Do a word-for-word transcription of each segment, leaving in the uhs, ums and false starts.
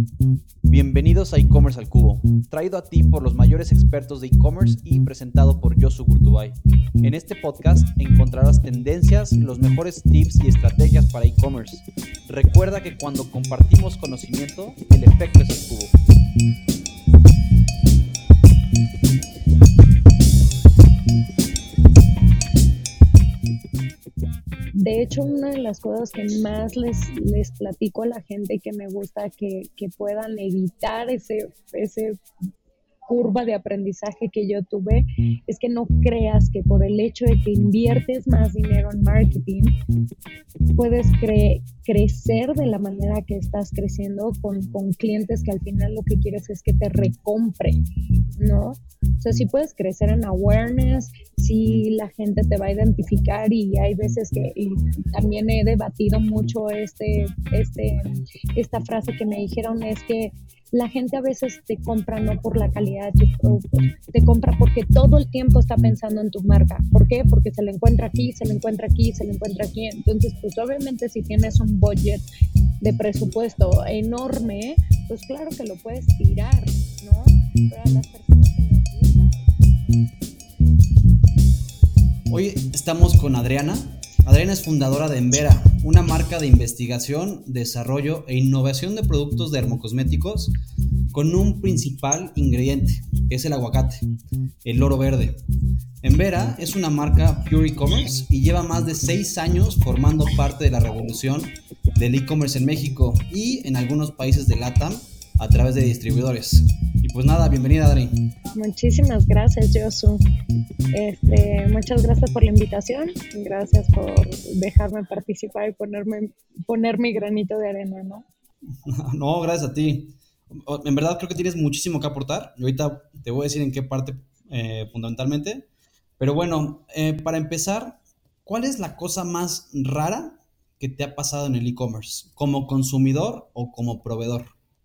Bienvenidos a e-commerce al cubo, traído a ti por los mayores expertos de e-commerce y presentado por Yosu Gurtubay. En este podcast encontrarás tendencias, los mejores tips y estrategias para e-commerce. Recuerda que cuando compartimos conocimiento, el efecto es el cubo. De hecho, una de las cosas que más les, les platico a la gente que me gusta que, que puedan evitar ese, ese curva de aprendizaje que yo tuve es que no creas que por el hecho de que inviertes más dinero en marketing puedes cre- crecer de la manera que estás creciendo con, con clientes que al final lo que quieres es que te recompren, ¿no? O sea, sí puedes crecer en awareness, sí la gente te va a identificar y hay veces que y también he debatido mucho este, este, esta frase que me dijeron es que la gente a veces te compra no por la calidad de tus productos, te compra porque todo el tiempo está pensando en tu marca. ¿Por qué? Porque se le encuentra aquí, se le encuentra aquí, se le encuentra aquí. Entonces, pues obviamente si tienes un budget de presupuesto enorme, pues claro que lo puedes tirar, ¿no? Pero a las personas que nos gusta... Hoy estamos con Adriana. Adriana es fundadora de Envera, una marca de investigación, desarrollo e innovación de productos dermocosméticos con un principal ingrediente, que es el aguacate, el oro verde. Envera es una marca Pure E-Commerce y lleva más de seis años formando parte de la revolución del e-commerce en México y en algunos países de LATAM a través de distribuidores. Y pues nada, bienvenida Adri. Muchísimas gracias, Josu. Este, muchas gracias por la invitación, gracias por dejarme participar y ponerme, poner mi granito de arena, ¿no? No, gracias a ti. En verdad creo que tienes muchísimo que aportar y ahorita te voy a decir en qué parte eh, fundamentalmente. Pero bueno, eh, para empezar, ¿cuál es la cosa más rara que te ha pasado en el e-commerce? ¿Como consumidor o como proveedor?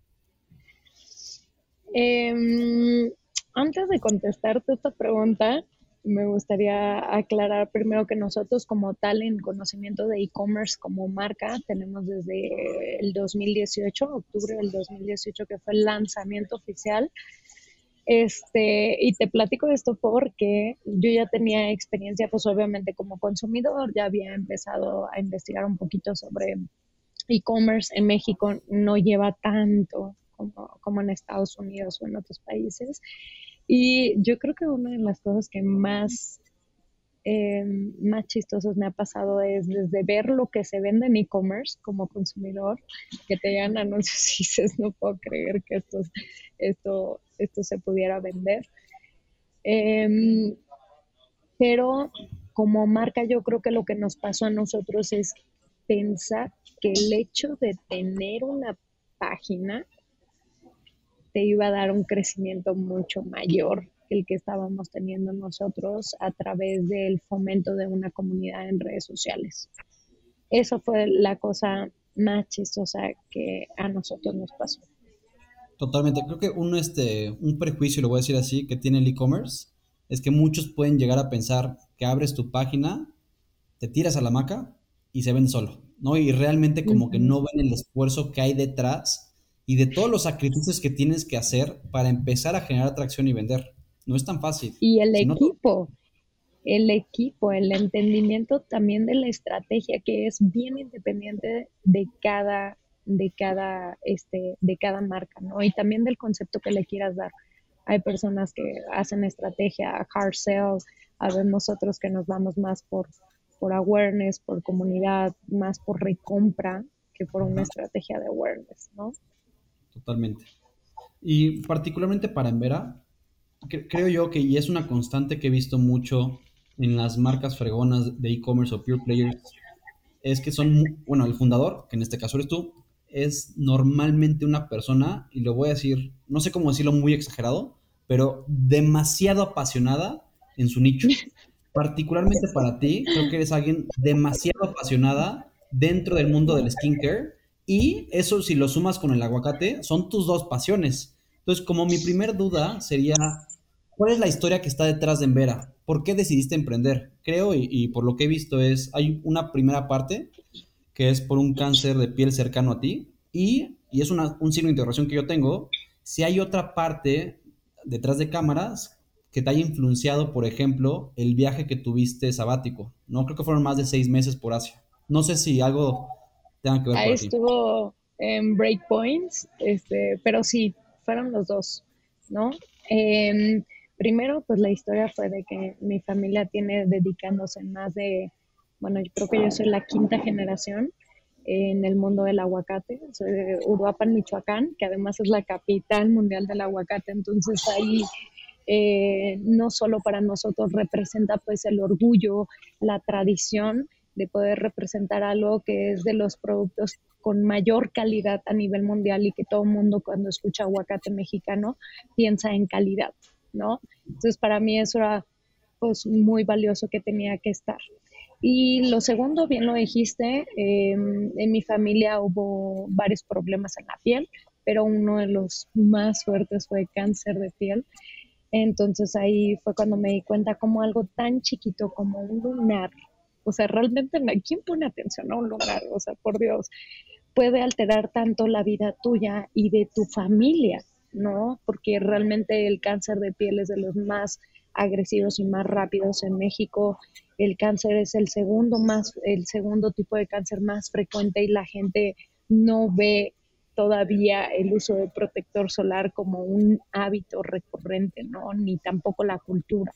Eh, antes de contestarte esta pregunta, me gustaría aclarar primero que nosotros como tal en conocimiento de e-commerce como marca tenemos desde el dos mil dieciocho, octubre del dos mil dieciocho, que fue el lanzamiento oficial. Este, y te platico esto porque yo ya tenía experiencia, pues obviamente como consumidor, ya había empezado a investigar un poquito sobre e-commerce en México, no lleva tanto como, como en Estados Unidos o en otros países. Y yo creo que una de las cosas que más, eh, más chistosas me ha pasado es desde ver lo que se vende en e-commerce como consumidor, que te llegan anuncios y dices, no puedo creer que esto, esto, esto se pudiera vender. Eh, pero como marca yo creo que lo que nos pasó a nosotros es pensar que el hecho de tener una página te iba a dar un crecimiento mucho mayor que el que estábamos teniendo nosotros a través del fomento de una comunidad en redes sociales. Eso fue la cosa más chistosa que a nosotros nos pasó. Totalmente. Creo que un, este, un prejuicio, lo voy a decir así, que tiene el e-commerce es que muchos pueden llegar a pensar que abres tu página, te tiras a la hamaca y se vende solo, ¿no? Y realmente como que Uh-huh. no ven el esfuerzo que hay detrás y de todos los sacrificios que tienes que hacer para empezar a generar atracción y vender. No es tan fácil. Y el Si no, equipo, el equipo, el entendimiento también de la estrategia que es bien independiente de cada, de cada, este, de cada marca, ¿no? Y también del concepto que le quieras dar. Hay personas que hacen estrategia hard sell, habemos otros que nos vamos más por, por awareness, por comunidad, más por recompra que por una ajá, estrategia de awareness, ¿no? totalmente. Y particularmente para Envera, cre- creo yo que y es una constante que he visto mucho en las marcas fregonas de e-commerce o pure players, es que son, bueno, el fundador, que en este caso eres tú, es normalmente una persona, y lo voy a decir, no sé cómo decirlo muy exagerado, pero demasiado apasionada en su nicho. Particularmente para ti, creo que eres alguien demasiado apasionada dentro del mundo del skincare, y eso si lo sumas con el aguacate, son tus dos pasiones. Entonces, como mi primer duda sería, ¿cuál es la historia que está detrás de Envera? ¿Por qué decidiste emprender? Creo, y, y por lo que he visto, es, hay una primera parte que es por un cáncer de piel cercano a ti, y y es una, un signo de interrogación que yo tengo, si hay otra parte detrás de cámaras que te haya influenciado, por ejemplo, el viaje que tuviste sabático, ¿no? Creo que fueron más de seis meses por Asia. No sé si algo tenga que ver por Ahí aquí. estuvo en Breakpoints, este, pero sí, fueron los dos, ¿no? Em, Primero, pues la historia fue de que mi familia tiene dedicándose más de, bueno, yo creo que yo soy la quinta generación en el mundo del aguacate. Soy de Uruapan, Michoacán, que además es la capital mundial del aguacate. Entonces ahí eh, no solo para nosotros representa pues el orgullo, la tradición de poder representar algo que es de los productos con mayor calidad a nivel mundial y que todo el mundo cuando escucha aguacate mexicano piensa en calidad, ¿no? Entonces para mí eso era pues muy valioso que tenía que estar. Y lo segundo, bien lo dijiste, eh, en mi familia hubo varios problemas en la piel, pero uno de los más fuertes fue cáncer de piel. Entonces ahí fue cuando me di cuenta como algo tan chiquito como un lunar, o sea, realmente, ¿quién pone atención a un lunar? O sea, por Dios, puede alterar tanto la vida tuya y de tu familia, ¿no? Porque realmente el cáncer de piel es de los más agresivos y más rápidos en México. El cáncer es el segundo más, el segundo tipo de cáncer más frecuente y la gente no ve todavía el uso de protector solar como un hábito recurrente, ¿no? Ni tampoco la cultura.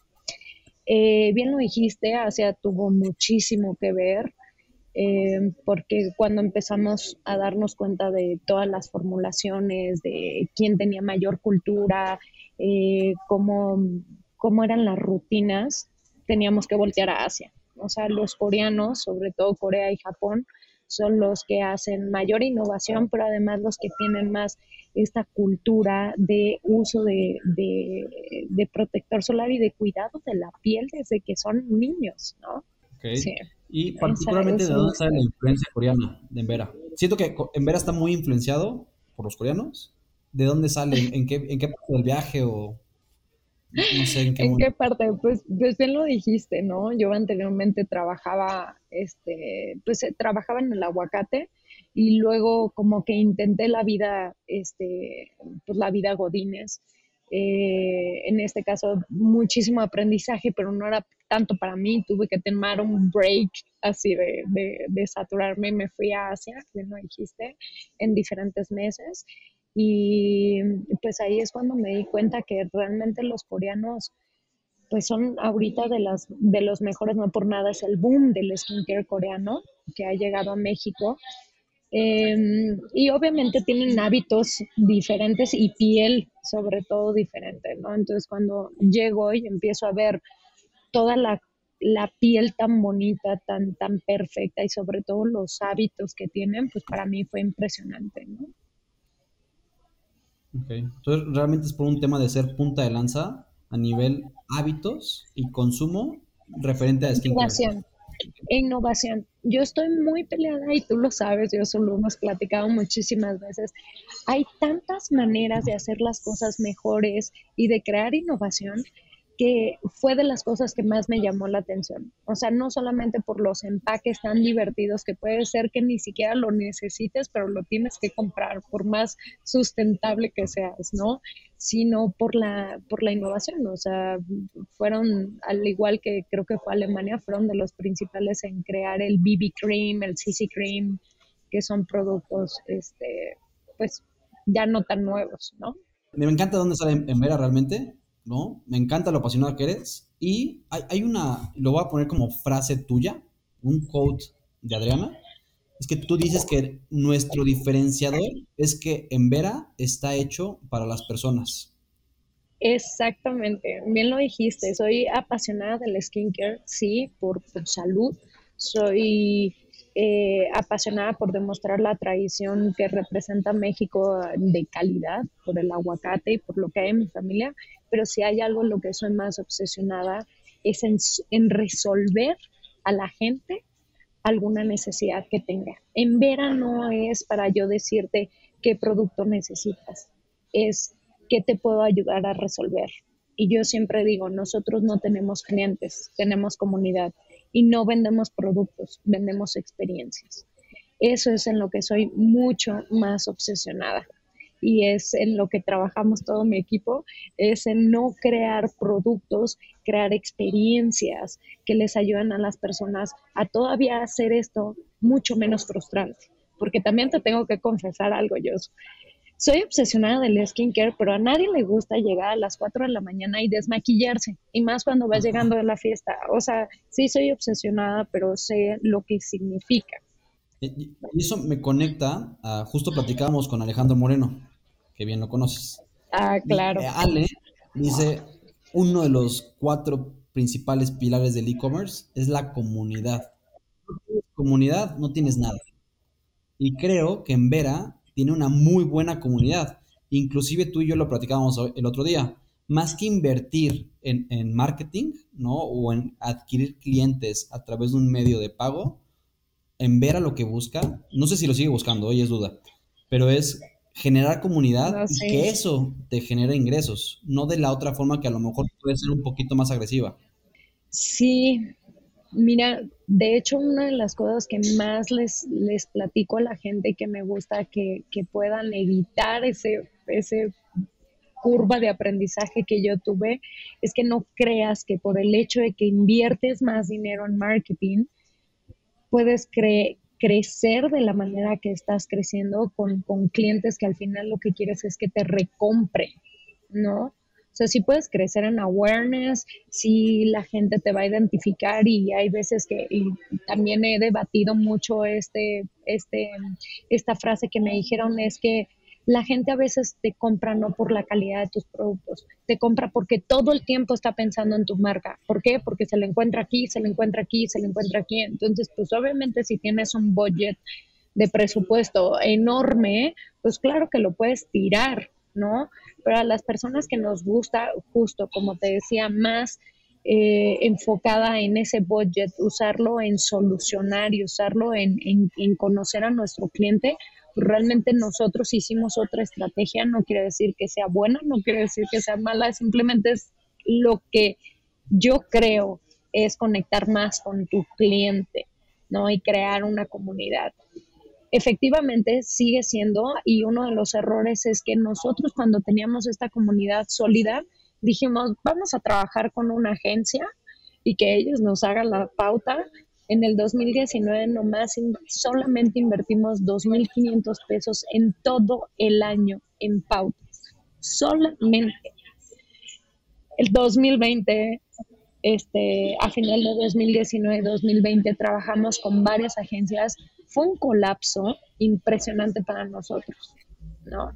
Eh, bien lo dijiste, Asia tuvo muchísimo que ver, eh, porque cuando empezamos a darnos cuenta de todas las formulaciones, de quién tenía mayor cultura, eh, cómo, cómo eran las rutinas, teníamos que voltear a Asia. O sea, los coreanos, sobre todo Corea y Japón, son los que hacen mayor innovación, pero además los que tienen más esta cultura de uso de, de, de protector solar y de cuidado de la piel desde que son niños, ¿no? Ok. Sí, Y esa, particularmente, ¿de esa dónde sale la fue. influencia coreana de Embera? Siento que co- Embera está muy influenciado por los coreanos. ¿De dónde sale? ¿En, en qué, en qué parte del viaje? O no, no sé en qué ¿En momento. qué parte? Pues, pues bien lo dijiste, ¿no? Yo anteriormente trabajaba, este, pues eh, trabajaba en el aguacate y luego como que intenté la vida, este, pues la vida Godínez. Eh, en este caso, muchísimo aprendizaje, pero no era tanto para mí. Tuve que tomar un break así de, de, de saturarme y me fui a Asia, bien lo dijiste, en diferentes meses. Y pues ahí es cuando me di cuenta que realmente los coreanos pues son ahorita de las de los mejores, no por nada es el boom del skincare coreano que ha llegado a México. Eh, y obviamente tienen hábitos diferentes y piel sobre todo diferente, ¿no? Entonces cuando llego y empiezo a ver toda la, la piel tan bonita, tan, tan perfecta y sobre todo los hábitos que tienen, pues para mí fue impresionante, ¿no? Ok. Entonces, realmente es por un tema de ser punta de lanza a nivel hábitos y consumo referente a skincare. Innovación. E innovación. Yo estoy muy peleada y tú lo sabes, yo solo hemos platicado muchísimas veces. Hay tantas maneras de hacer las cosas mejores y de crear innovación que fue de las cosas que más me llamó la atención. O sea, no solamente por los empaques tan divertidos que puede ser que ni siquiera lo necesites, pero lo tienes que comprar, por más sustentable que seas, ¿no? Sino por la, por la innovación. O sea, fueron, al igual que creo que fue Alemania, fueron de los principales en crear el B B Cream, el C C Cream, que son productos, este, pues, ya no tan nuevos, ¿no? Me encanta dónde sale Embera realmente, ¿no? Me encanta lo apasionado que eres. Y hay, hay una, lo voy a poner como frase tuya, un quote de Adriana. Es que tú dices que nuestro diferenciador es que Embera está hecho para las personas. Exactamente, bien lo dijiste, soy apasionada del skincare, sí, por, por salud, soy eh, apasionada por demostrar la tradición que representa México de calidad, por el aguacate y por lo que hay en mi familia, pero si hay algo en lo que soy más obsesionada es en, en resolver a la gente alguna necesidad que tenga. En Vera no es para yo decirte qué producto necesitas, es qué te puedo ayudar a resolver. Y yo siempre digo, nosotros no tenemos clientes, tenemos comunidad y no vendemos productos, vendemos experiencias. Eso es en lo que soy mucho más obsesionada y es en lo que trabajamos todo mi equipo, es en no crear productos, crear experiencias que les ayuden a las personas a todavía hacer esto mucho menos frustrante. Porque también te tengo que confesar algo, yo soy obsesionada del skincare, pero a nadie le gusta llegar a las cuatro de la mañana y desmaquillarse, y más cuando vas llegando de la fiesta. O sea, sí soy obsesionada, pero sé lo que significa. Y y eso me conecta a, justo platicábamos con Alejandro Moreno, que bien lo conoces. Ah, Y claro. eh, Ale dice, uno de los cuatro principales pilares del e-commerce es la comunidad. Comunidad, no tienes nada. Y creo que en Vera tiene una muy buena comunidad. Inclusive tú y yo lo platicábamos hoy- el otro día. Más que invertir en, en marketing, ¿no? O en adquirir clientes a través de un medio de pago, en Vera lo que busca, no sé si lo sigue buscando, hoy es duda, pero es generar comunidad No y sé. que eso te genere ingresos, no de la otra forma que a lo mejor puede ser un poquito más agresiva. Sí, mira, de hecho, una de las cosas que más les, les platico a la gente que me gusta que, que puedan evitar ese, ese curva de aprendizaje que yo tuve es que no creas que por el hecho de que inviertes más dinero en marketing, puedes cre crecer de la manera que estás creciendo con, con, clientes que al final lo que quieres es que te recompren, ¿no? O sea, sí puedes crecer en awareness, sí la gente te va a identificar y hay veces que, y también he debatido mucho este, este, esta frase que me dijeron es que la gente a veces te compra no por la calidad de tus productos, te compra porque todo el tiempo está pensando en tu marca. ¿Por qué? Porque se le encuentra aquí, se le encuentra aquí, se le encuentra aquí. Entonces, pues obviamente si tienes un budget de presupuesto enorme, pues claro que lo puedes tirar, ¿no? Pero a las personas que nos gusta, justo como te decía, más eh, enfocada en ese budget, usarlo en solucionar y usarlo en, en, en conocer a nuestro cliente, pues realmente nosotros hicimos otra estrategia, no quiere decir que sea buena, no quiere decir que sea mala, simplemente es lo que yo creo es conectar más con tu cliente, ¿no? Y crear una comunidad. Efectivamente sigue siendo, y uno de los errores es que nosotros cuando teníamos esta comunidad sólida, dijimos, vamos a trabajar con una agencia y que ellos nos hagan la pauta. En el dos mil diecinueve nomás in- solamente invertimos dos mil quinientos pesos en todo el año en pautas. Solamente. El dos mil veinte, este, a final de dos mil diecinueve dos mil veinte trabajamos con varias agencias. Fue un colapso impresionante para nosotros, ¿no?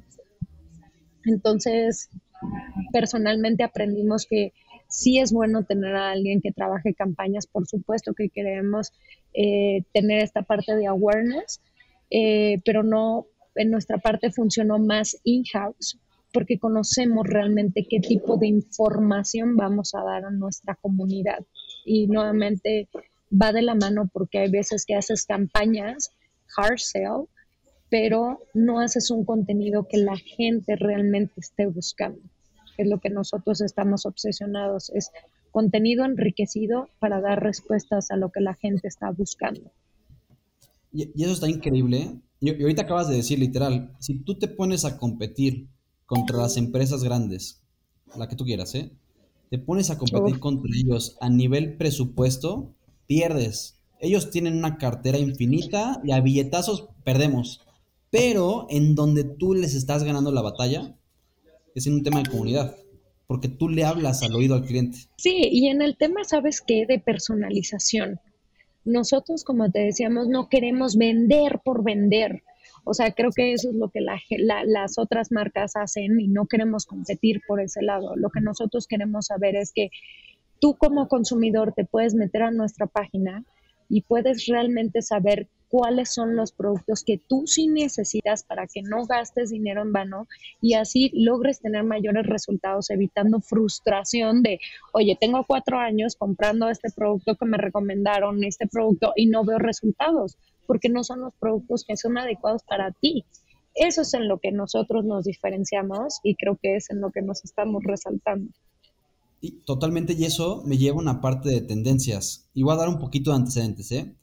Entonces, personalmente aprendimos que sí es bueno tener a alguien que trabaje campañas, por supuesto que queremos eh, tener esta parte de awareness, eh, pero no, en nuestra parte funcionó más in-house porque conocemos realmente qué tipo de información vamos a dar a nuestra comunidad. Y nuevamente va de la mano porque hay veces que haces campañas hard sell, pero no haces un contenido que la gente realmente esté buscando. Es lo que nosotros estamos obsesionados, es contenido enriquecido para dar respuestas a lo que la gente está buscando. Y, y eso está increíble. Y, y ahorita acabas de decir literal, si tú te pones a competir contra las empresas grandes, la que tú quieras, ¿eh? Te pones a Uf, competir contra ellos a nivel presupuesto, pierdes. Ellos tienen una cartera infinita y a billetazos perdemos. Pero en donde tú les estás ganando la batalla es en un tema de comunidad, porque tú le hablas al oído al cliente. sí, y en el tema, ¿sabes qué? De personalización. Nosotros, como te decíamos, no queremos vender por vender. O sea, creo que eso es lo que la, la, las otras marcas hacen y no queremos competir por ese lado. Lo que nosotros queremos saber es que tú como consumidor te puedes meter a nuestra página y puedes realmente saber cuáles son los productos que tú sí necesitas para que no gastes dinero en vano y así logres tener mayores resultados evitando frustración de, oye, tengo cuatro años comprando este producto que me recomendaron, este producto y no veo resultados porque no son los productos que son adecuados para ti. Eso es en lo que nosotros nos diferenciamos y creo que es en lo que nos estamos resaltando. Y totalmente, y eso me lleva a una parte de tendencias. Y voy a dar un poquito de antecedentes, ¿eh?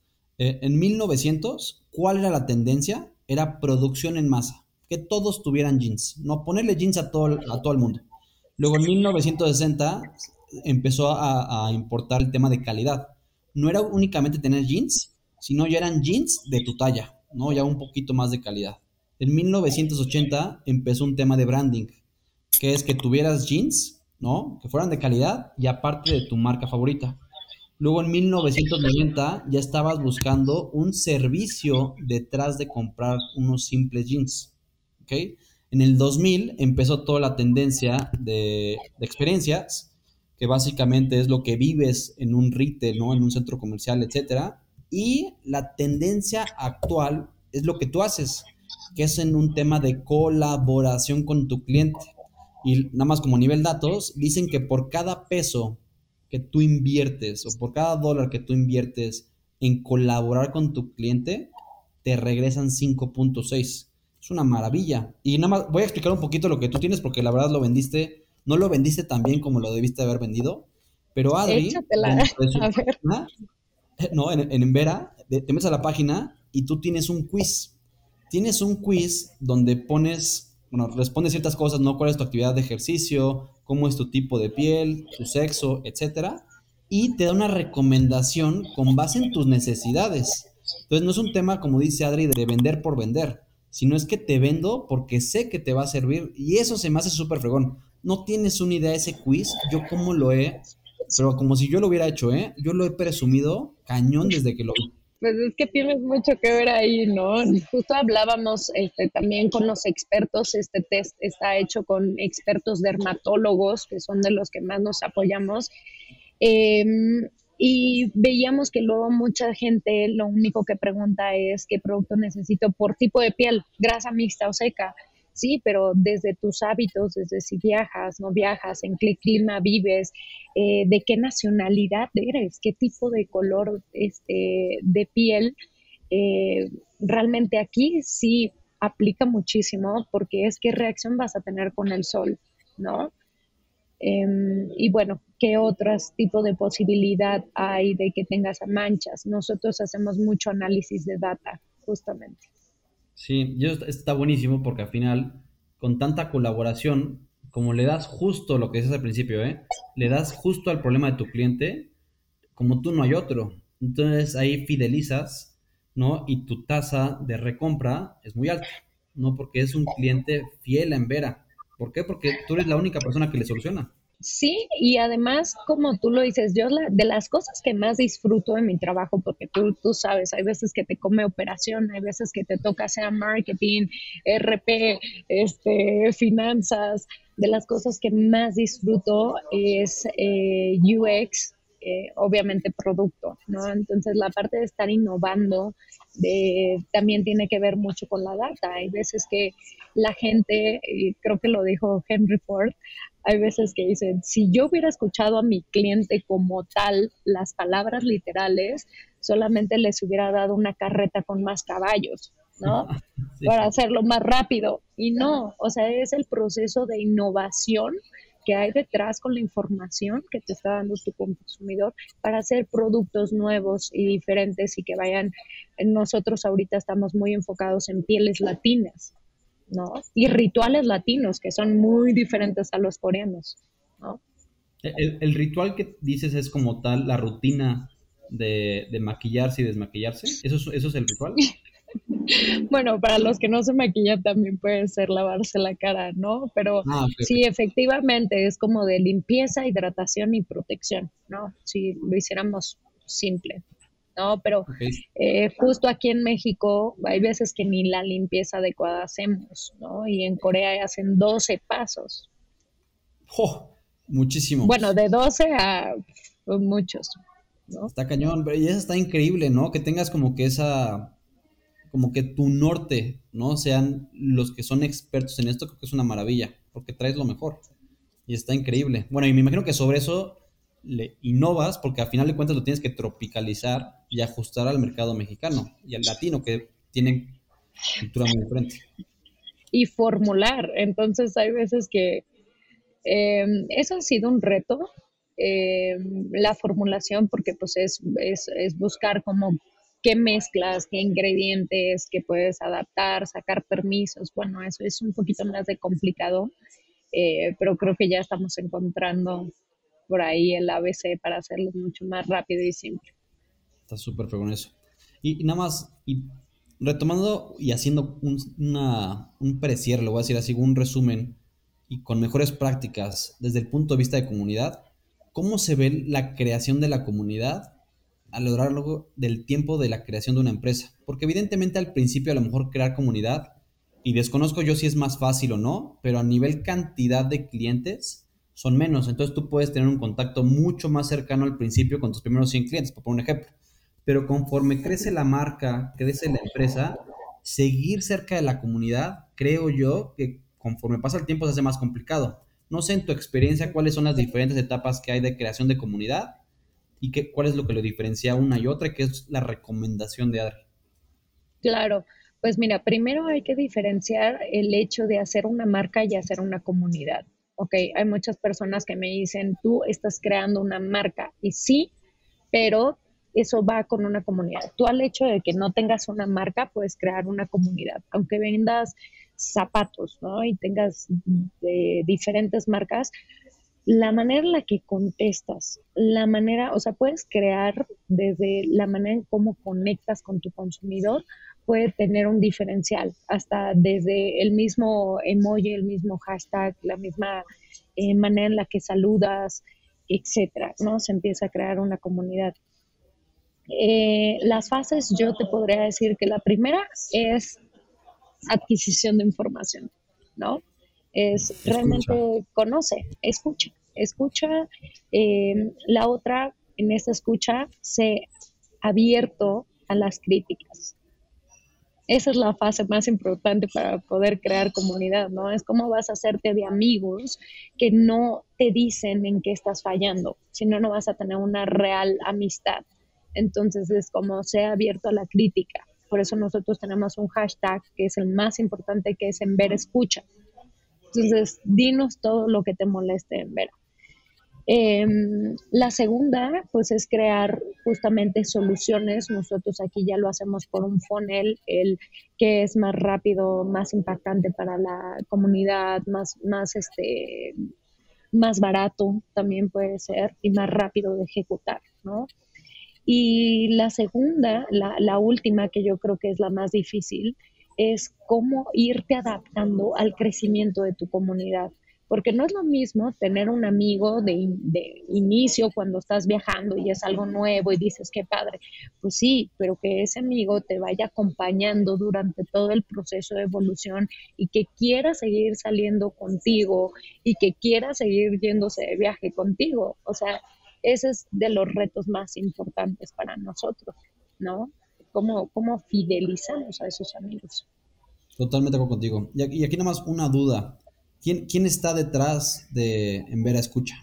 Eh, en mil novecientos, ¿cuál era la tendencia? Era producción en masa, que todos tuvieran jeans, no ponerle jeans a todo, el- a todo el mundo. Luego en mil novecientos sesenta empezó a, a importar el tema de calidad. No era únicamente tener jeans, sino ya eran jeans de tu talla, ¿no? Ya un poquito más de calidad. En mil novecientos ochenta empezó un tema de branding, que es que tuvieras jeans, ¿no? Que fueran de calidad y aparte de tu marca favorita. Luego en mil novecientos noventa ya estabas buscando un servicio detrás de comprar unos simples jeans. ¿Ok? En el dos mil empezó toda la tendencia de, de experiencias, que básicamente es lo que vives en un retail, ¿no? En un centro comercial, etcétera. Y la tendencia actual es lo que tú haces, que es en un tema de colaboración con tu cliente. Y nada más como nivel datos, dicen que por cada peso que tú inviertes o por cada dólar que tú inviertes en colaborar con tu cliente, te regresan cinco punto seis. Es una maravilla. Y nada más voy a explicar un poquito lo que tú tienes porque la verdad lo vendiste, no lo vendiste tan bien como lo debiste haber vendido, pero Adri, Échatela, dentro de su a ver. página, no, en, en Envera, te metes a la página y tú tienes un quiz. Tienes un quiz donde pones, bueno, respondes ciertas cosas, ¿no? ¿Cuál es tu actividad de ejercicio? ¿Cómo es tu tipo de piel? ¿Tu sexo? Etcétera. Y te da una recomendación con base en tus necesidades. Entonces no es un tema, como dice Adri, de vender por vender, sino es que te vendo porque sé que te va a servir y eso se me hace súper fregón. No tienes una idea de ese quiz, yo cómo lo he, pero como si yo lo hubiera hecho, ¿eh? Yo lo he presumido cañón desde que lo vi. Pues es que tienes mucho que ver ahí, ¿no? Justo hablábamos este, también con los expertos, este test está hecho con expertos dermatólogos, que son de los que más nos apoyamos, eh, y veíamos que luego mucha gente lo único que pregunta es qué producto necesito por tipo de piel, grasa mixta o seca. Sí, pero desde tus hábitos, desde si viajas, no viajas, en qué clima vives, eh, de qué nacionalidad eres, qué tipo de color este, de piel, eh, realmente aquí sí aplica muchísimo porque es qué reacción vas a tener con el sol, ¿no? Eh, y bueno, ¿qué otros tipos de posibilidad hay de que tengas manchas? Nosotros hacemos mucho análisis de data, justamente. Sí, y eso está buenísimo porque al final, con tanta colaboración, como le das justo lo que dices al principio, ¿eh? Le das justo al problema de tu cliente, como tú no hay otro. Entonces ahí fidelizas, ¿no? Y tu tasa de recompra es muy alta, ¿no? Porque es un cliente fiel en Vera. ¿Por qué? Porque tú eres la única persona que le soluciona. Sí, y además, como tú lo dices, yo la, de las cosas que más disfruto de mi trabajo, porque tú, tú sabes, hay veces que te come operación, hay veces que te toca sea marketing, R P, este, finanzas, de las cosas que más disfruto es eh, U X, eh, obviamente producto, ¿no? Entonces la parte de estar innovando de, también tiene que ver mucho con la data. Hay veces que la gente, y creo que lo dijo Henry Ford, hay veces que dicen, si yo hubiera escuchado a mi cliente como tal, las palabras literales, solamente les hubiera dado una carreta con más caballos, ¿no? Para Sí. hacerlo más rápido. Y no, o sea, es el proceso de innovación que hay detrás con la información que te está dando tu consumidor para hacer productos nuevos y diferentes y que vayan, nosotros ahorita estamos muy enfocados en pieles latinas, ¿no? Y rituales latinos que son muy diferentes a los coreanos, ¿no? El, el ritual que dices es como tal la rutina de, de maquillarse y desmaquillarse. ¿Eso es, eso es el ritual? Bueno, para los que no se maquillan también puede ser lavarse la cara, ¿no? Pero Ah, ok, sí, ok. efectivamente es como de limpieza, hidratación y protección, ¿no? Si lo hiciéramos simple, ¿no? Pero Ok. eh, justo aquí en México hay veces que ni la limpieza adecuada hacemos, ¿no? Y en Corea hacen doce pasos. ¡Jo! Bueno, Muchísimos. de doce a pues, muchos, ¿no? Está cañón, pero y eso está increíble, ¿no? Que tengas como que esa, como que tu norte, ¿no? Sean los que son expertos en esto, creo que es una maravilla, porque traes lo mejor. Y está increíble. Bueno, y me imagino que sobre eso le innovas, porque al final de cuentas lo tienes que tropicalizar y ajustar al mercado mexicano y al latino, que tienen cultura muy diferente. Y formular. Entonces hay veces que eh, eso ha sido un reto, eh, la formulación, porque pues es, es, es buscar como qué mezclas, qué ingredientes, qué puedes adaptar, sacar permisos. Bueno, eso es un poquito más de complicado, eh, pero creo que ya estamos encontrando por ahí el A B C para hacerlo mucho más rápido y simple. Está súper fregón eso. Y, y nada más, y retomando y haciendo un, una, un precierre, lo voy a decir así, un resumen, y con mejores prácticas desde el punto de vista de comunidad, ¿cómo se ve la creación de la comunidad a lo largo del tiempo de la creación de una empresa? Porque evidentemente al principio a lo mejor crear comunidad, y desconozco yo si es más fácil o no, pero a nivel cantidad de clientes son menos. Entonces tú puedes tener un contacto mucho más cercano al principio con tus primeros cien clientes, por poner un ejemplo. Pero conforme crece la marca, crece la empresa, seguir cerca de la comunidad, creo yo que conforme pasa el tiempo se hace más complicado. No sé en tu experiencia cuáles son las diferentes etapas que hay de creación de comunidad y qué, cuál es lo que lo diferencia una y otra, que es la recomendación de Adri. Claro, pues mira, primero hay que diferenciar el hecho de hacer una marca y hacer una comunidad. Ok, hay muchas personas que me dicen, tú estás creando una marca y sí, pero eso va con una comunidad. Tú al hecho de que no tengas una marca, puedes crear una comunidad. Aunque vendas zapatos, ¿no? Y tengas de diferentes marcas, la manera en la que contestas, la manera, o sea, puedes crear desde la manera en cómo conectas con tu consumidor, puede tener un diferencial, hasta desde el mismo emoji, el mismo hashtag, la misma eh, manera en la que saludas, etcétera, ¿no? Se empieza a crear una comunidad. Eh, las fases, yo te podría decir que la primera es adquisición de información, ¿no? Es Escucha. realmente conoce, escucha, escucha. Eh, la otra, en esta escucha, se abierto a las críticas. Esa es la fase más importante para poder crear comunidad, ¿no? Es cómo vas a hacerte de amigos que no te dicen en qué estás fallando, si no, no vas a tener una real amistad. Entonces es como sea abierto a la crítica. Por eso nosotros tenemos un hashtag que es el más importante, que es en ver escucha. Entonces, dinos todo lo que te moleste en ver. Eh, la segunda, pues, es crear justamente soluciones. Nosotros aquí ya lo hacemos por un funnel, el que es más rápido, más impactante para la comunidad, más, más, este, más barato también puede ser y más rápido de ejecutar, ¿no? Y la segunda, la, la última, que yo creo que es la más difícil, es cómo irte adaptando al crecimiento de tu comunidad. Porque no es lo mismo tener un amigo de, de inicio cuando estás viajando y es algo nuevo y dices, qué padre. Pues sí, pero que ese amigo te vaya acompañando durante todo el proceso de evolución y que quiera seguir saliendo contigo y que quiera seguir yéndose de viaje contigo. O sea, ese es de los retos más importantes para nosotros, ¿no? ¿Cómo, cómo fidelizamos a esos amigos? Totalmente de acuerdo contigo. Y aquí, y aquí nada más una duda. ¿Quién, quién está detrás de Envera Escucha?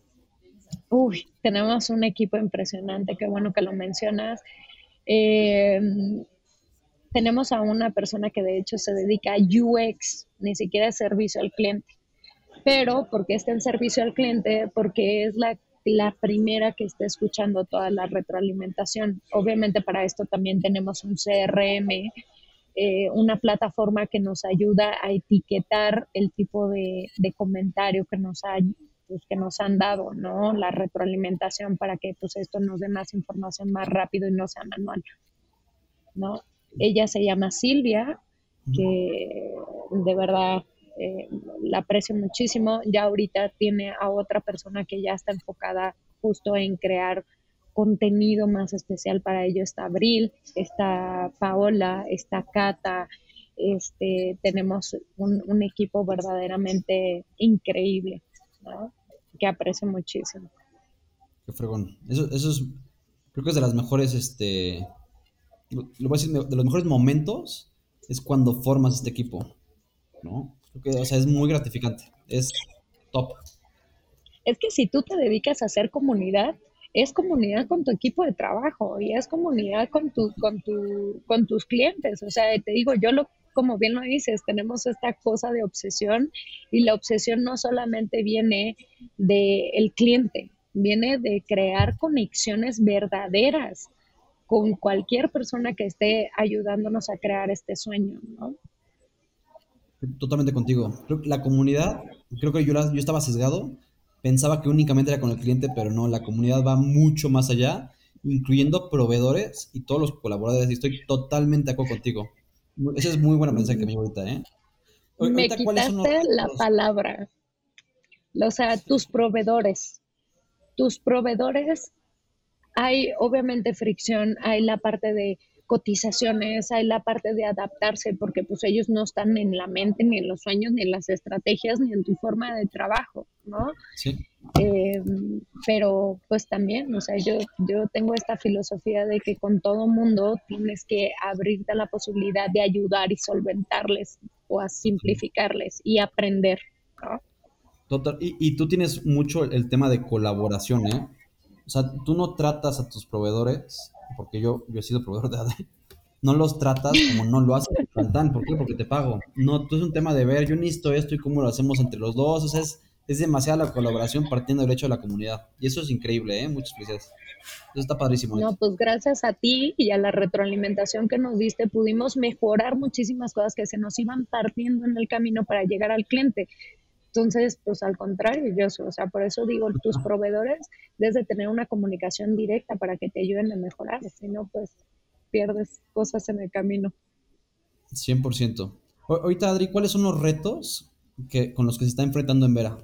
Uy, tenemos un equipo impresionante, qué bueno que lo mencionas. Eh, tenemos a una persona que de hecho se dedica a U X, ni siquiera es servicio al cliente. Pero porque está en servicio al cliente, porque es la, la primera que está escuchando toda la retroalimentación. Obviamente para esto también tenemos un C R M, eh, una plataforma que nos ayuda a etiquetar el tipo de, de comentario que nos, ha, pues, que nos han dado, ¿no? La retroalimentación para que pues esto nos dé más información más rápido y no sea manual, ¿no? Ella se llama Silvia, que de verdad eh, la aprecio muchísimo. Ya ahorita tiene a otra persona que ya está enfocada justo en crear contenido más especial para ello. Está Abril, está Paola, está Cata. Este, tenemos un, un equipo verdaderamente increíble, ¿no? Que aprecio muchísimo. Qué fregón. Eso, eso es, creo que es de las mejores, este, lo, lo voy a decir, de, de los mejores momentos es cuando formas este equipo, ¿no? Creo que, o sea, es muy gratificante. Es top. Es que si tú te dedicas a hacer comunidad, es comunidad con tu equipo de trabajo y es comunidad con, tu, con, tu, con tus clientes. O sea, te digo, yo lo, como bien lo dices, tenemos esta cosa de obsesión y la obsesión no solamente viene del cliente, viene de crear conexiones verdaderas con cualquier persona que esté ayudándonos a crear este sueño, ¿no? Totalmente contigo. Creo que la comunidad, creo que yo, la- yo estaba sesgado, pensaba que únicamente era con el cliente, pero no, la comunidad va mucho más allá, incluyendo proveedores y todos los colaboradores, y estoy totalmente de acuerdo contigo. Ese es muy buen mensaje que me dio ahorita, ¿eh? Ahor- Me Ahorita, ¿cuáles son los quitaste la retos? palabra, o sea, tus proveedores. Tus proveedores, hay obviamente fricción, hay la parte de cotizaciones, hay la parte de adaptarse, porque pues ellos no están en la mente, ni en los sueños, ni en las estrategias, ni en tu forma de trabajo, ¿no? Sí, Eh, pero pues también, o sea, yo, yo tengo esta filosofía de que con todo mundo tienes que abrirte a la posibilidad de ayudar y solventarles o a total. simplificarles y aprender, ¿no? Total. Y, y tú tienes mucho el tema de colaboración, ¿eh? O sea, tú no tratas a tus proveedores, porque yo, yo he sido proveedor de A D, no los tratas como no lo haces tan tan. ¿Por qué? Porque te pago. No, tú es un tema de ver, yo necesito esto y cómo lo hacemos entre los dos. O sea, es, es demasiada la colaboración partiendo del hecho de la comunidad. Y eso es increíble, ¿eh? Muchas felicidades. Eso está padrísimo, No, neta. pues gracias a ti y a la retroalimentación que nos diste, pudimos mejorar muchísimas cosas que se nos iban partiendo en el camino para llegar al cliente. Entonces, pues al contrario, yo, o sea, por eso digo, tus proveedores debes de tener una comunicación directa para que te ayuden a mejorar, si no, pues pierdes cosas en el camino. cien por ciento. O- Ahorita, Adri, ¿cuáles son los retos que, con los que se está enfrentando en Vera?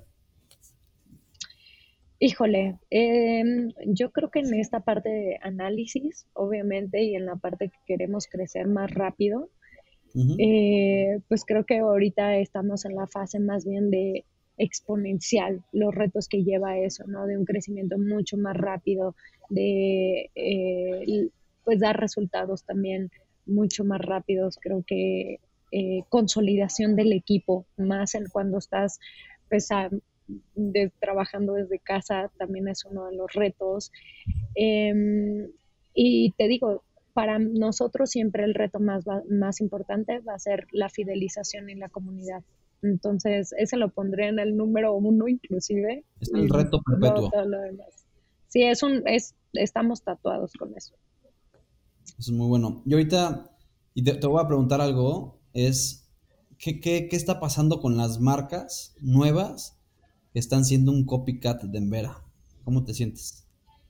Híjole, eh, yo creo que en esta parte de análisis, obviamente, y en la parte que queremos crecer más rápido, Ujú. eh, pues creo que ahorita estamos en la fase más bien de exponencial, los retos que lleva eso, ¿no? De un crecimiento mucho más rápido, de eh, pues dar resultados también mucho más rápidos. Creo que eh, consolidación del equipo, más en cuando estás pues, a- de- trabajando desde casa, también es uno de los retos. Eh, y te digo, para nosotros siempre el reto más, va- más importante va a ser la fidelización en la comunidad. Entonces, ese lo pondré en el número uno inclusive Es el y reto luego perpetuo. todo lo demás. Sí, es un, es, estamos tatuados con eso. Eso es muy bueno. Y ahorita, y te, te voy a preguntar algo, es, ¿qué, qué, qué está pasando con las marcas nuevas que están siendo un copycat de Envera? ¿Cómo te sientes?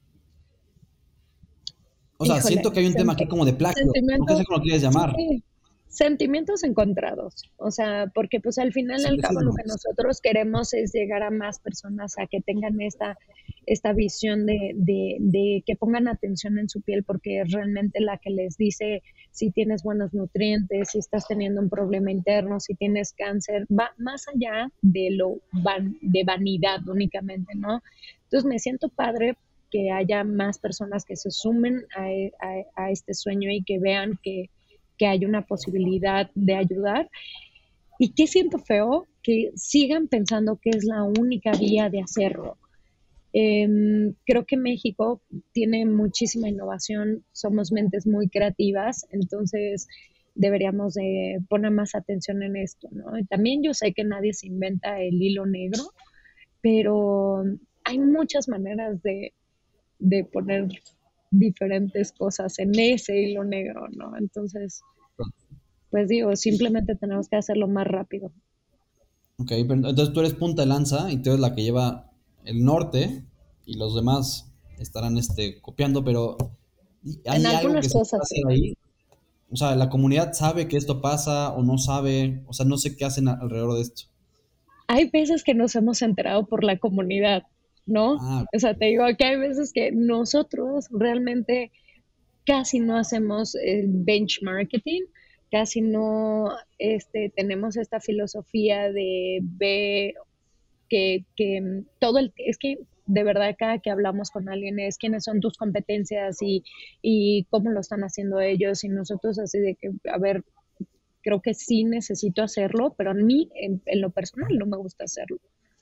O sea, siento Híjole, que hay un tema aquí senti- como de plagio. No sé sentimientos, cómo lo quieres sí, llamar. sentimientos encontrados. O sea, porque pues al final y Sí, al sí es cabo lo que más. nosotros queremos es llegar a más personas a que tengan esta, esta visión de, de, de que pongan atención en su piel, porque es realmente la que les dice si tienes buenos nutrientes, si estás teniendo un problema interno, si tienes cáncer, va más allá de lo van, de vanidad únicamente, ¿no? Entonces me siento padre que haya más personas que se sumen a, e- a- a este sueño y que vean que, que hay una posibilidad de ayudar. ¿Y qué siento feo? Que sigan pensando que es la única vía de hacerlo. Eh, creo que México tiene muchísima innovación, somos mentes muy creativas, entonces deberíamos de poner más atención en esto, ¿no? Y también yo sé que nadie se inventa el hilo negro, pero hay muchas maneras de, de poner diferentes cosas en ese hilo negro, ¿no? Entonces, pues digo, simplemente tenemos que hacerlo más rápido. Ok, pero entonces tú eres punta de lanza y tú eres la que lleva el norte y los demás estarán este, copiando, pero ¿y En ¿hay algo que algunas se puede cosas hacer sí. ahí? O sea, la comunidad sabe que esto pasa o no sabe, o sea, no sé qué hacen a- alrededor de esto. Hay veces que nos hemos enterado por la comunidad, ¿no? Ah, O sea, te digo que hay veces que nosotros realmente casi no hacemos el benchmarking, casi no este, tenemos esta filosofía de ver que, que todo el, es que de verdad cada que hablamos con alguien es quiénes son tus competencias y, y cómo lo están haciendo ellos y nosotros así de que, a ver, creo que sí necesito hacerlo, pero a mí en, en lo personal no me gusta hacerlo.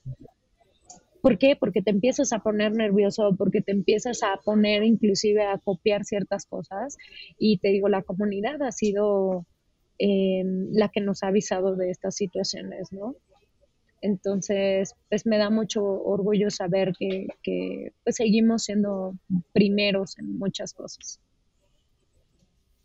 ¿Por qué? Porque te empiezas a poner nervioso, porque te empiezas a poner inclusive a copiar ciertas cosas. Y te digo, la comunidad ha sido eh, la que nos ha avisado de estas situaciones, ¿no? Entonces, pues me da mucho orgullo saber que, que pues seguimos siendo primeros en muchas cosas.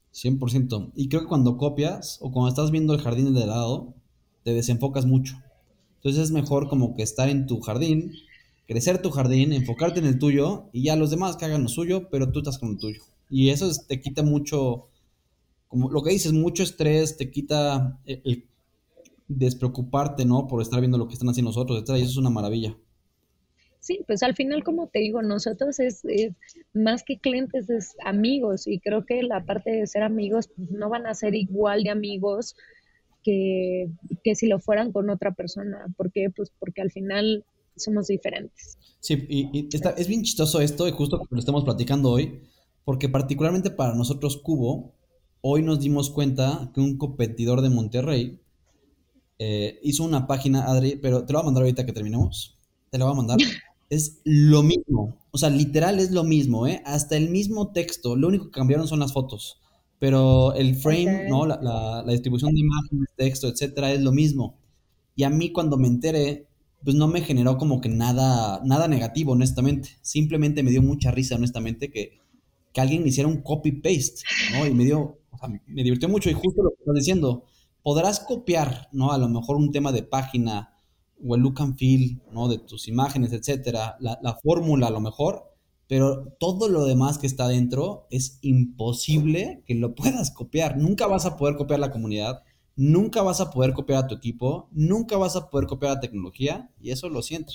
Cien por ciento. Y creo que cuando copias o cuando estás viendo el jardín de lado, te desenfocas mucho. Entonces es mejor como que estar en tu jardín, crecer tu jardín, enfocarte en el tuyo y ya los demás que hagan lo suyo, pero tú estás con el tuyo. Y eso es- te quita mucho, como lo que dices, mucho estrés, te quita el, el despreocuparte, ¿no? Por estar viendo lo que están haciendo los otros, etcétera. Y eso es una maravilla. Sí, pues al final, como te digo, nosotros es, es más que clientes, es amigos y creo que la parte de ser amigos pues, no van a ser igual de amigos que, que si lo fueran con otra persona. ¿Por qué? Pues porque al final somos diferentes. Sí, y, y está- es bien chistoso esto, y justo que lo estamos platicando hoy, porque particularmente para nosotros Cubo, hoy nos dimos cuenta que un competidor de Monterrey eh, hizo una página, Adri, pero te lo voy a mandar ahorita que terminemos. Te lo voy a mandar. Es lo mismo. O sea, literal es lo mismo, ¿eh? Hasta el mismo texto. Lo único que cambiaron son las fotos. Pero el Ok. frame, ¿no? La, la- la distribución de imágenes, texto, etcétera, es lo mismo. Y a mí cuando me enteré, pues no me generó como que nada, nada negativo, honestamente. Simplemente me dio mucha risa, honestamente, que, que alguien hiciera un copy-paste, ¿no? Y me dio, o sea, me divirtió mucho y justo lo que estás diciendo, podrás copiar, ¿no? A lo mejor un tema de página o el look and feel, ¿no? De tus imágenes, etcétera, la, la fórmula a lo mejor, pero todo lo demás que está dentro es imposible que lo puedas copiar. Nunca vas a poder copiar la comunidad, nunca vas a poder copiar a tu equipo, nunca vas a poder copiar la tecnología y eso lo siento.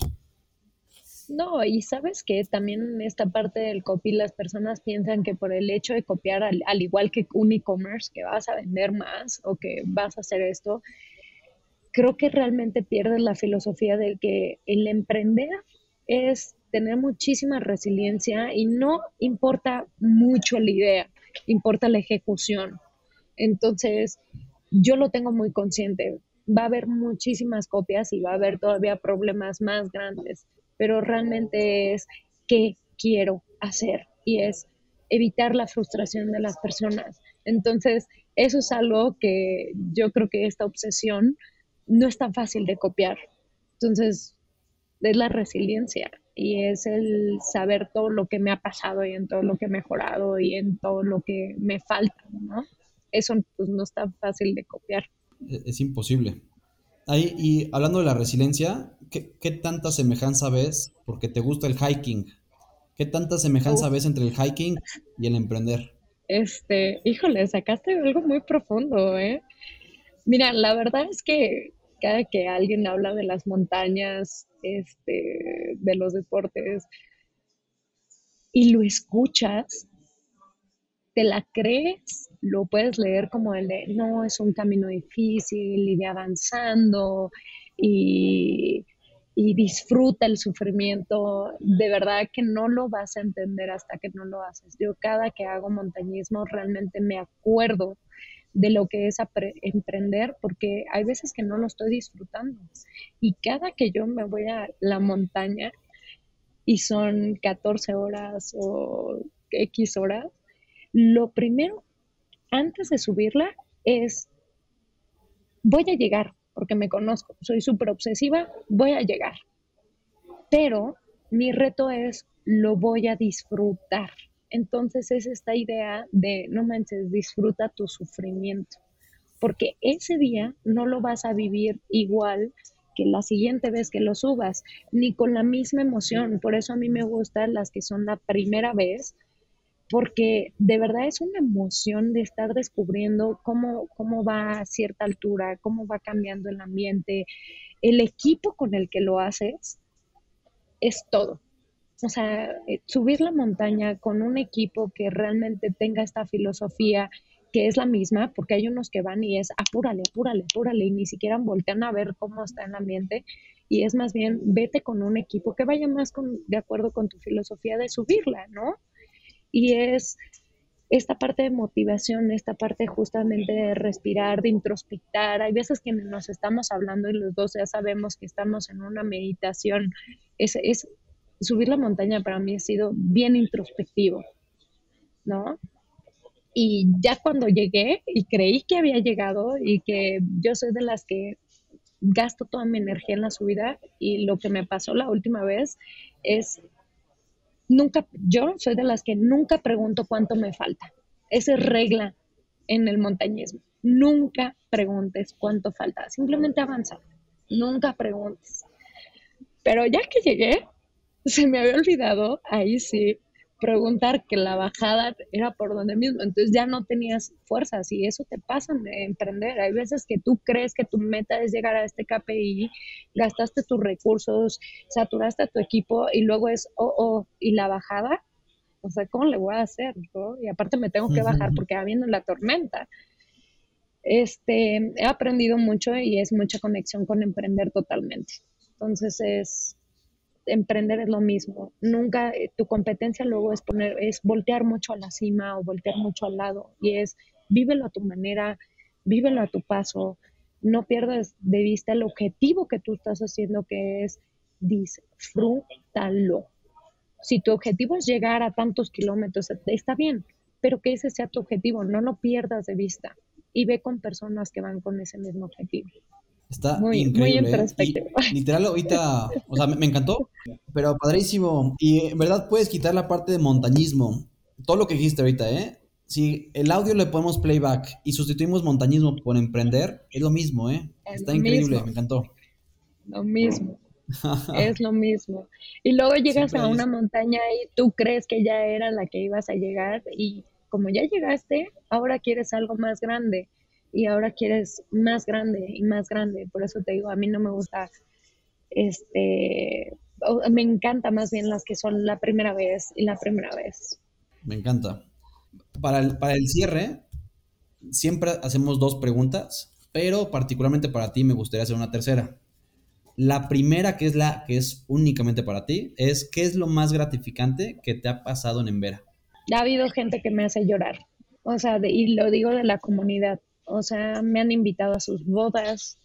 No, y sabes que también en esta parte del copy las personas piensan que por el hecho de copiar, al, al igual que un e-commerce, que vas a vender más o que vas a hacer esto, creo que realmente pierdes la filosofía de que el emprender es tener muchísima resiliencia y no importa mucho la idea, importa la ejecución. Entonces, yo lo tengo muy consciente. Va a haber muchísimas copias y va a haber todavía problemas más grandes, pero realmente es qué quiero hacer y es evitar la frustración de las personas. Entonces, eso es algo que yo creo que esta obsesión no es tan fácil de copiar. Entonces, es la resiliencia y es el saber todo lo que me ha pasado y en todo lo que he mejorado y en todo lo que me falta, ¿no? Eso pues no está fácil de copiar. Es, es imposible. Ahí, y hablando de la resiliencia, ¿qué, qué tanta semejanza ves? Porque te gusta el hiking. ¿Qué tanta semejanza Uf, ves entre el hiking y el emprender? este, híjole, sacaste algo muy profundo, ¿eh? Mira, la verdad es que cada que alguien habla de las montañas, este, de los deportes, y lo escuchas, te la crees, lo puedes leer como el de, no, es un camino difícil y de avanzando y, y disfruta el sufrimiento. De verdad que no lo vas a entender hasta que no lo haces. Yo cada que hago montañismo realmente me acuerdo de lo que es emprender, porque hay veces que no lo estoy disfrutando. Y cada que yo me voy a la montaña y son catorce horas o X horas, lo primero antes de subirla es, voy a llegar, porque me conozco, soy súper obsesiva, voy a llegar. Pero mi reto es, lo voy a disfrutar. Entonces es esta idea de, no manches, disfruta tu sufrimiento, porque ese día no lo vas a vivir igual que la siguiente vez que lo subas, ni con la misma emoción. Por eso a mí me gustan las que son la primera vez, porque de verdad es una emoción de estar descubriendo cómo, cómo va a cierta altura, cómo va cambiando el ambiente, el equipo con el que lo haces es todo. O sea, eh, subir la montaña con un equipo que realmente tenga esta filosofía que es la misma, porque hay unos que van y es apúrale, apúrale, apúrale, y ni siquiera voltean a ver cómo está el ambiente, y es más bien vete con un equipo que vaya más con, de acuerdo con tu filosofía de subirla, ¿no? Y es esta parte de motivación, esta parte justamente de respirar, de introspectar. Hay veces que nos estamos hablando y los dos ya sabemos que estamos en una meditación. Es, es subir la montaña para mí ha sido bien introspectivo, ¿no? Y ya cuando llegué y creí que había llegado y que yo soy de las que gasto toda mi energía en la subida y lo que me pasó la última vez es nunca, yo soy de las que nunca pregunto cuánto me falta. Esa es regla. en el montañismo. Nunca preguntes cuánto falta, simplemente avanza. Nunca preguntes. Pero ya que llegué, se me había olvidado, ahí sí, preguntar que la bajada era por donde mismo, entonces ya no tenías fuerzas y eso te pasa de emprender. Hay veces que tú crees que tu meta es llegar a este K P I, gastaste tus recursos, saturaste a tu equipo y luego es, oh, oh, y la bajada, o sea, ¿cómo le voy a hacer? ¿no? Y aparte me tengo que bajar porque va viendo la tormenta. Este, he aprendido mucho y es mucha conexión con emprender totalmente. Entonces es, emprender es lo mismo. Nunca, eh, tu competencia luego es poner, es voltear mucho a la cima o voltear mucho al lado. Y es vívelo a tu manera, vívelo a tu paso. No pierdas de vista el objetivo que tú estás haciendo, que es disfrútalo. Si tu objetivo es llegar a tantos kilómetros, está bien, pero que ese sea tu objetivo, no lo pierdas de vista y ve con personas que van con ese mismo objetivo. Está Muy, muy increíble, ¿eh? Y introspectivo. literal ahorita, o sea, me, me encantó, pero padrísimo. Y en verdad puedes quitar la parte de montañismo. Todo lo que dijiste ahorita, ¿eh? Si el audio le ponemos playback y sustituimos montañismo por emprender, es lo mismo, ¿eh? Es Está lo increíble, me mismo, encantó. lo mismo, es lo mismo. Y luego llegas Siempre a hay una eso. montaña y tú crees que ya era la que ibas a llegar y como ya llegaste, ahora quieres algo más grande y ahora quieres más grande y más grande. Por eso te digo, a mí no me gusta, este, o- me encanta más bien las que son la primera vez y la primera vez. Me encanta. Para el, para el cierre, siempre hacemos dos preguntas, pero particularmente para ti me gustaría hacer una tercera. La primera, que es la que es únicamente para ti, es ¿qué es lo más gratificante que te ha pasado en Embera? Ha habido gente que me hace llorar, o sea, de- y lo digo de la comunidad, o sea, me han invitado a sus bodas,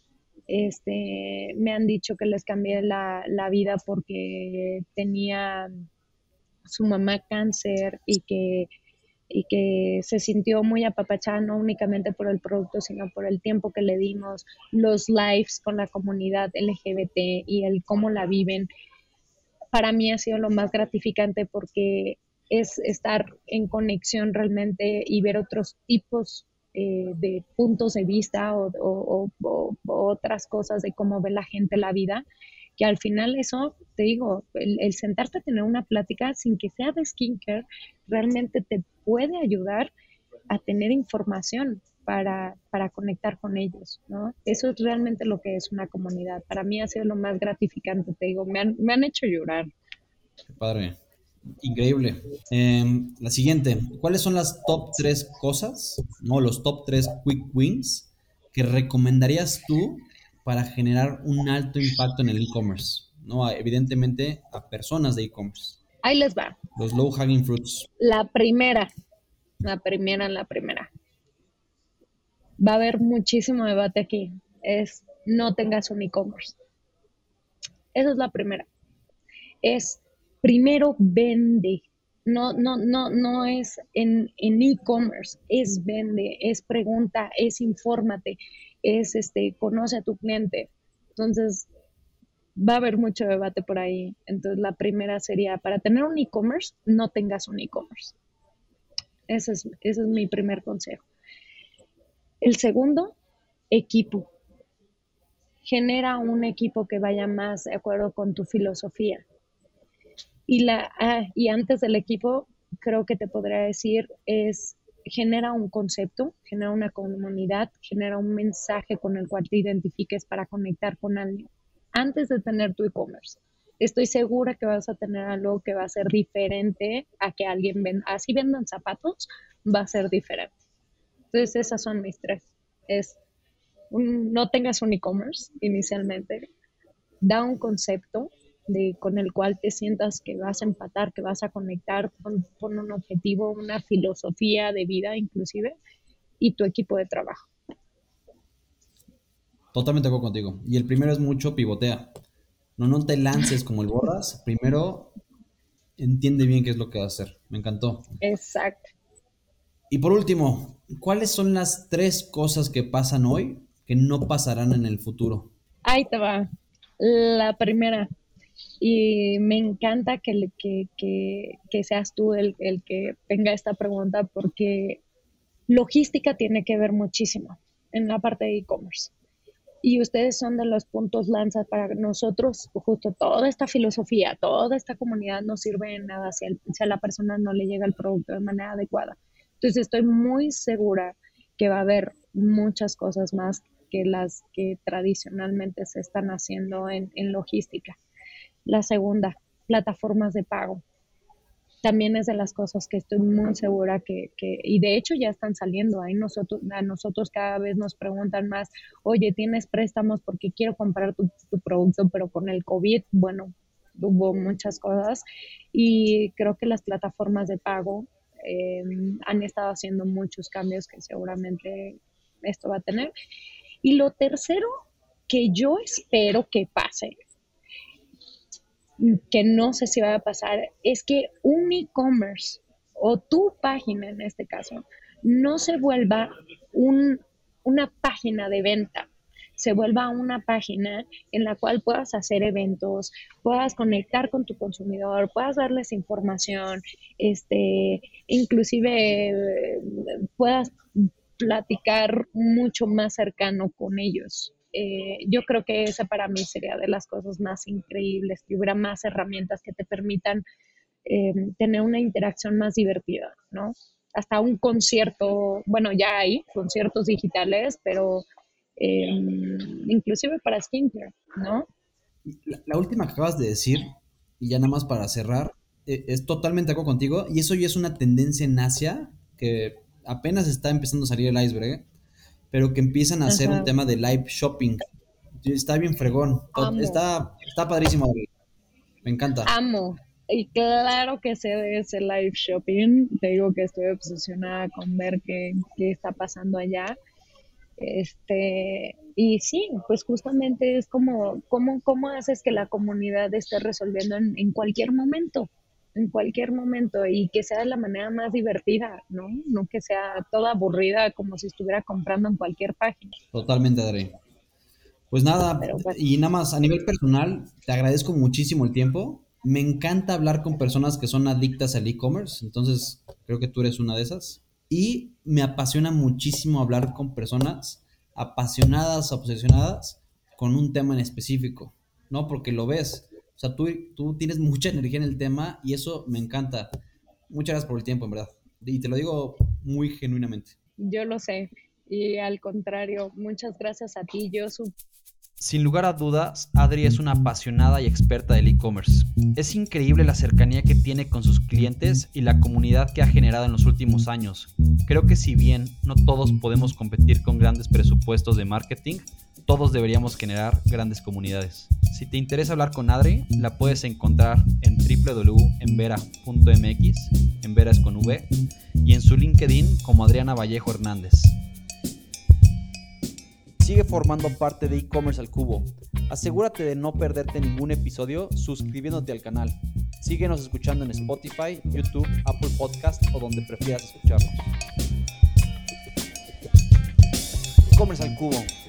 este, me han dicho que les cambié la, la vida porque tenía su mamá cáncer y que, y que se sintió muy apapachada, no únicamente por el producto, sino por el tiempo que le dimos, los lives con la comunidad L G B T y el cómo la viven, para mí ha sido lo más gratificante porque es estar en conexión realmente y ver otros tipos eh, de puntos de vista o, o, o, o, otras cosas de cómo ve la gente la vida, que al final eso, te digo, el, el sentarte a tener una plática sin que sea de skincare, realmente te puede ayudar a tener información para, para conectar con ellos, ¿no? Eso es realmente lo que es una comunidad. Para mí ha sido lo más gratificante, te digo, me han, me han hecho llorar. Qué padre. Increíble. Eh, la siguiente, ¿cuáles son las top tres cosas, no, los top tres quick wins que recomendarías tú para generar un alto impacto en el e-commerce? No, A- evidentemente a personas de e-commerce. Ahí les va. Los low hanging fruits. La primera, la primera, la primera. Va a haber muchísimo debate aquí. Es no tengas un e-commerce. Esa es la primera. Es primero vende. No, no, no, no es en, en e-commerce, es vende, es pregunta, es infórmate, es este, conoce a tu cliente. Entonces, va a haber mucho debate por ahí. Entonces, la primera sería, para tener un e-commerce, no tengas un e-commerce. Ese es, ese es mi primer consejo. El segundo, equipo. Genera un equipo que vaya más de acuerdo con tu filosofía. Y, la, ah, y antes del equipo, creo que te podría decir, es genera un concepto, genera una comunidad, genera un mensaje con el cual te identifiques para conectar con alguien antes de tener tu e-commerce. Estoy segura que vas a tener algo que va a ser diferente a que alguien venda, así vendan zapatos, va a ser diferente. Entonces esas son mis tres. Es un, no tengas un e-commerce inicialmente, da un concepto de, con el cual te sientas que vas a empatar, que vas a conectar con, con un objetivo, una filosofía de vida inclusive, y tu equipo de trabajo. Totalmente de acuerdo contigo. Y el primero es mucho pivotea. No, no te lances como el borras. Primero entiende bien qué es lo que vas a hacer. Me encantó. Exacto. Y por último, ¿cuáles son las tres cosas que pasan hoy que no pasarán en el futuro? Ahí te va. La primera, y me encanta que, que, que, que seas tú el, el, que tenga esta pregunta porque logística tiene que ver muchísimo en la parte de e-commerce. Y ustedes son de los puntos lanza para nosotros, justo toda esta filosofía, toda esta comunidad no sirve de nada si, el, si a la persona no le llega el producto de manera adecuada. Entonces estoy muy segura que va a haber muchas cosas más que las que tradicionalmente se están haciendo en, en logística. La segunda, plataformas de pago. También es de las cosas que estoy muy segura que, que y de hecho ya están saliendo. Ahí nosotros, a nosotros cada vez nos preguntan más, oye, ¿tienes préstamos porque quiero comprar tu, tu producto? Pero con el COVID, bueno, hubo muchas cosas y creo que las plataformas de pago eh, han estado haciendo muchos cambios que seguramente esto va a tener. Y lo tercero que yo espero que pase, que no sé si va a pasar, es que un e-commerce o tu página en este caso no se vuelva un, una página de venta, se vuelva una página en la cual puedas hacer eventos, puedas conectar con tu consumidor, puedas darles información, este, inclusive eh, puedas platicar mucho más cercano con ellos. Eh, yo creo que esa para mí sería de las cosas más increíbles, que hubiera más herramientas que te permitan eh, tener una interacción más divertida, ¿no? Hasta un concierto, bueno, ya hay conciertos digitales, pero eh, inclusive para skincare, ¿no? La, la última que acabas de decir, y ya nada más para cerrar, eh, es totalmente de acuerdo contigo, y eso ya es una tendencia en Asia que apenas está empezando a salir el iceberg, ¿eh? Pero que empiezan a hacer un Ajá. tema de live shopping. Está bien fregón, to- Amo, está, está padrísimo, me encanta. amo. Y claro que sé de ese live shopping. Te digo que estoy obsesionada con ver qué, qué está pasando allá. Este, y sí, pues justamente es como, ¿cómo, cómo haces que la comunidad esté resolviendo en, en cualquier momento? En cualquier momento y que sea de la manera más divertida, ¿no? No que sea toda aburrida como si estuviera comprando en cualquier página. Totalmente, Adri. Pues nada, Pero bueno, y nada más, a nivel personal, te agradezco muchísimo el tiempo. Me encanta hablar con personas que son adictas al e-commerce, entonces creo que tú eres una de esas. Y me apasiona muchísimo hablar con personas apasionadas, obsesionadas con un tema en específico, ¿no? Porque lo ves. O sea, tú, tú tienes mucha energía en el tema y eso me encanta. Muchas gracias por el tiempo, en verdad. Y te lo digo muy genuinamente. yo lo sé. Y al contrario, muchas gracias a ti, Josu. Sin lugar a dudas, Adri es una apasionada y experta del e-commerce. Es increíble la cercanía que tiene con sus clientes y la comunidad que ha generado en los últimos años. Creo que si bien no todos podemos competir con grandes presupuestos de marketing, todos deberíamos generar grandes comunidades. Si te interesa hablar con Adri, la puedes encontrar en w w w punto envera punto m x, Envera es con V, y en su LinkedIn como Adriana Vallejo Hernández. Sigue formando parte de e-commerce al cubo. Asegúrate de no perderte ningún episodio suscribiéndote al canal. Síguenos escuchando en Spotify, YouTube, Apple Podcast o donde prefieras escucharnos. E-commerce al cubo.